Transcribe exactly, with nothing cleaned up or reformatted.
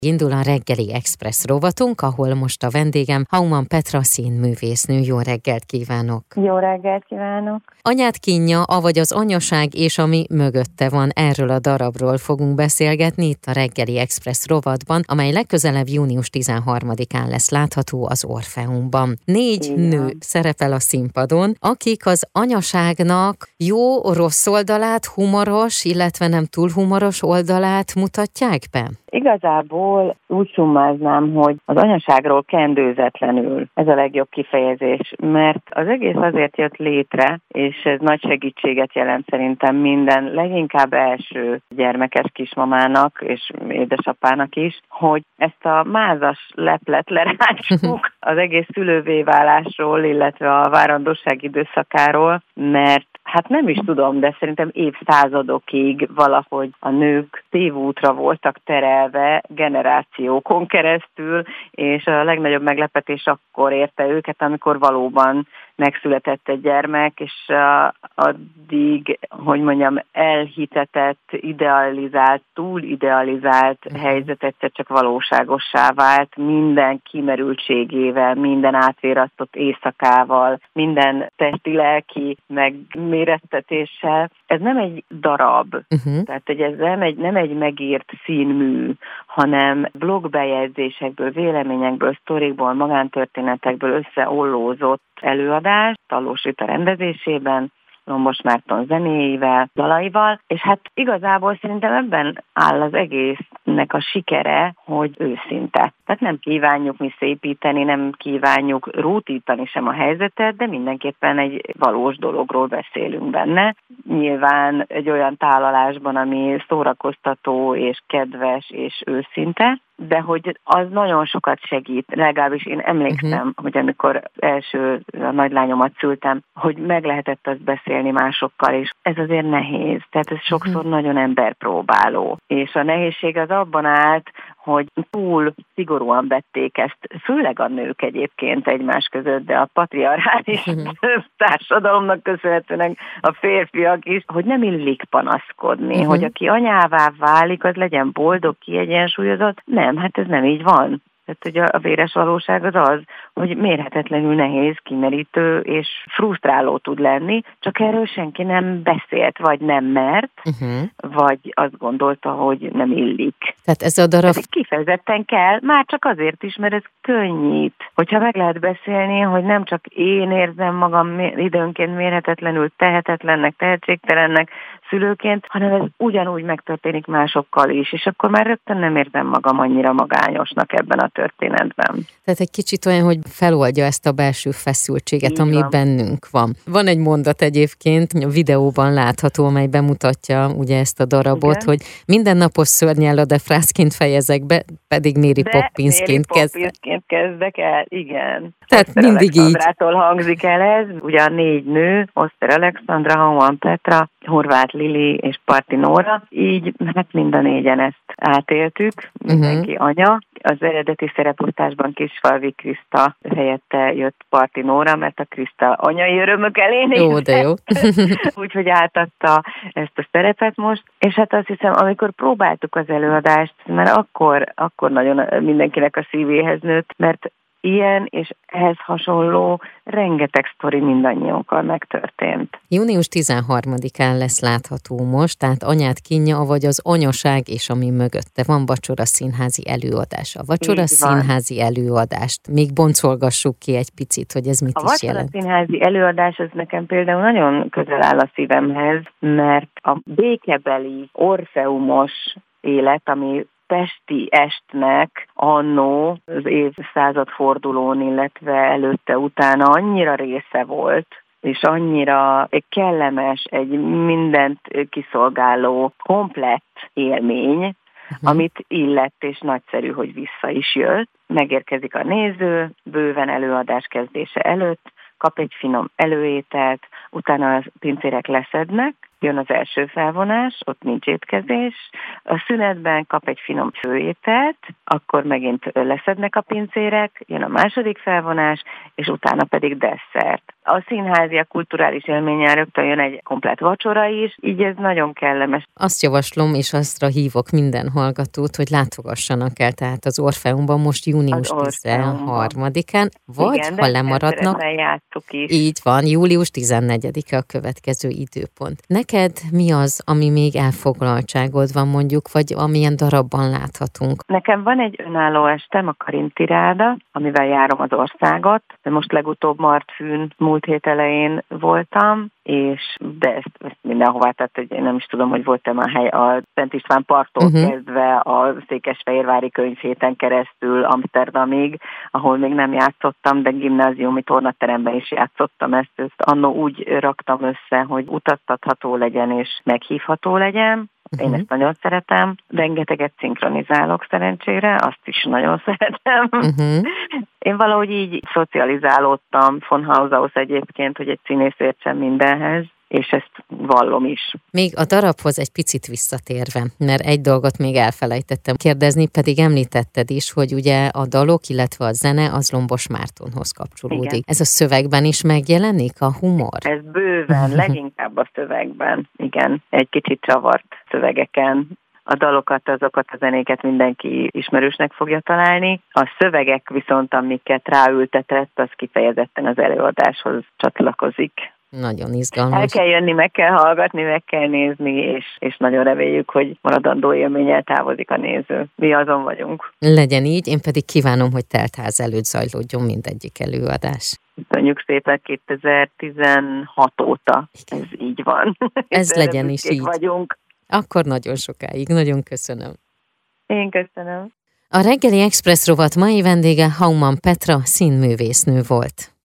Indul a reggeli express rovatunk, ahol most a vendégem Hauman Petra színművésznő. Jó reggelt kívánok! Jó reggelt kívánok! Anyád kínja, avagy az anyaság és ami mögötte van, erről a darabról fogunk beszélgetni itt a reggeli express rovatban, amely legközelebb június tizenharmadikán lesz látható az Orfeumban. Négy Igen. nő szerepel a színpadon, akik az anyaságnak jó-rossz oldalát, humoros, illetve nem túl humoros oldalát mutatják be? Igazából úgy summáznám, hogy az anyaságról kendőzetlenül, ez a legjobb kifejezés, mert az egész azért jött létre, és ez nagy segítséget jelent szerintem minden, leginkább első gyermekes kismamának és édesapának is, hogy ezt a mázas leplet lerácsuk az egész szülővé válásról, illetve a várandóság időszakáról, mert hát nem is tudom, de szerintem évszázadokig valahogy a nők tévútra voltak terelve generációkon keresztül, és a legnagyobb meglepetés akkor érte őket, amikor valóban megszületett egy gyermek, és uh, addig, hogy mondjam, elhitetett, idealizált, túl idealizált helyzet egyszer csak valóságossá vált, minden kimerültségével, minden átvérasztott éjszakával, minden testi-lelki megmérettetéssel. Ez nem egy darab, uh-huh. tehát hogy ez nem egy, nem egy megírt színmű, hanem blogbejegyzésekből, véleményekből, sztorikból, magántörténetekből összeollózott előadás, Talós Rita rendezésében, Lombos Márton zenéivel, dalaival, és hát igazából szerintem ebben áll az egésznek a sikere, hogy őszinte. Tehát nem kívánjuk mi szépíteni, nem kívánjuk rútítani sem a helyzetet, de mindenképpen egy valós dologról beszélünk benne. Nyilván egy olyan tálalásban, ami szórakoztató és kedves és őszinte, de hogy az nagyon sokat segít, legalábbis én emlékszem, uh-huh. hogy amikor első a nagylányomat szültem, hogy meg lehetett azt beszélni másokkal, és ez azért nehéz, tehát ez sokszor uh-huh. nagyon emberpróbáló. És a nehézség az abban állt, hogy túl szigorúan vették ezt, főleg a nők egyébként egymás között, de a patriarchális uh-huh. társadalomnak köszönhetően a férfiak is, hogy nem illik panaszkodni, uh-huh. hogy aki anyává válik, az legyen boldog, kiegyensúlyozott. Nem, hát ez nem így van. Tehát, hogy a véres valóság az az, hogy mérhetetlenül nehéz, kimerítő és frusztráló tud lenni, csak erről senki nem beszélt, vagy nem mert, uh-huh. vagy azt gondolta, hogy nem illik. Tehát ez a darab... Ez kifejezetten kell, már csak azért is, mert ez könnyít. Hogyha meg lehet beszélni, hogy nem csak én érzem magam időnként mérhetetlenül tehetetlennek, tehetségtelennek szülőként, hanem ez ugyanúgy megtörténik másokkal is, és akkor már rögtön nem érzem magam annyira magányosnak ebben a történetben. Tehát egy kicsit olyan, hogy feloldja ezt a belső feszültséget, így ami van. Bennünk van. Van egy mondat egyébként, a videóban látható, amely bemutatja ugye ezt a darabot, igen. hogy mindennapos szörnyel de frászként fejezek be, pedig Mary Poppinsként kezd. Poppinszként kezdek el, igen. Tehát Oszter mindig így. Hangzik el ez, ugye a négy nő, Oszter Alexandra, Hauman Petra, Horváth Lili és Parti Nóra, így hát mind a négyen ezt átéltük, mindenki uh-huh. anya. Az eredeti szereposztásban Kisfalvi Kriszta helyette jött Parti Nóra, mert a Kriszta anyai örömökkel énekel. Jó, de jó. Úgyhogy átadta ezt a szerepet most, és hát azt hiszem, amikor próbáltuk az előadást, mert akkor, akkor nagyon mindenkinek a szívéhez nőtt, mert ilyen és ehhez hasonló rengeteg sztori mindannyiunkkal megtörtént. június tizenharmadikán lesz látható most, tehát Anyád kínja, avagy az anyaság és ami mögötte van vacsora színházi előadás. A vacsora színházi előadást még boncolgassuk ki egy picit, hogy ez mit a is jelent. A vacsora színházi előadás az nekem például nagyon közel áll a szívemhez, mert a békebeli orfeumos élet, ami pesti estnek annó az évszázadfordulón, illetve előtte utána annyira része volt, és annyira egy kellemes, egy mindent kiszolgáló, komplett élmény, uh-huh. amit illett, és nagyszerű, hogy vissza is jött. Megérkezik a néző, bőven előadás kezdése előtt, kap egy finom előételt, utána a pincérek leszednek, jön az első felvonás, ott nincs étkezés, a szünetben kap egy finom főételt, akkor megint leszednek a pincérek, jön a második felvonás, és utána pedig desszert. A színházi, a kulturális élménnyel rögtön jön egy komplett vacsora is, így ez nagyon kellemes. Azt javaslom, és aztra hívok minden hallgatót, hogy látogassanak el, tehát az Orfeumban most június tizenharmadikán, vagy igen, ha lemaradnak, így van, július tizennegyedike a következő időpont. Neked mi az, ami még elfoglaltságod van mondjuk, vagy amilyen darabban láthatunk? Nekem van egy önálló estem, a Karintiráda, amivel járom az országot, de most legutóbb Martfűn múlt hét elején voltam, és de ezt, ezt mindenhová, tehát hogy én nem is tudom, hogy voltam a hely, a Szent István parttól uh-huh. kezdve a Székesfehérvári könyvhéten keresztül Amsterdamig, ahol még nem játszottam, de gimnáziumi tornateremben is játszottam ezt, ezt annó úgy raktam össze, hogy utattatható legyen és meghívható legyen. Én uh-huh. ezt nagyon szeretem. Rengeteget szinkronizálok szerencsére, azt is nagyon szeretem. Uh-huh. Én valahogy így szocializálódtam von Haushaus egyébként, hogy egy színész értsen mindenhez, és ezt vallom is. Még a darabhoz egy picit visszatérve, mert egy dolgot még elfelejtettem kérdezni, pedig említetted is, hogy ugye a dalok, illetve a zene az Lombos Mártonhoz kapcsolódik. Igen. Ez a szövegben is megjelenik, a humor? Ez bőven, leginkább a szövegben, igen. Egy kicsit csavart szövegeken. A dalokat, azokat a zenéket mindenki ismerősnek fogja találni. A szövegek viszont, amiket ráültetett, az kifejezetten az előadáshoz csatlakozik. Nagyon izgalmas. El kell jönni, meg kell hallgatni, meg kell nézni, és, és nagyon reméljük, hogy maradandó élménnyel távozik a néző. Mi azon vagyunk. Legyen így, én pedig kívánom, hogy teltház előtt zajlódjon mindegyik előadás. Köszönjük szépen kétezer-tizenhat óta. Igen. Ez így van. Ez legyen is így. Vagyunk. Akkor nagyon sokáig. Nagyon köszönöm. Én köszönöm. A reggeli Express rovat mai vendége Hauman Petra színművésznő volt.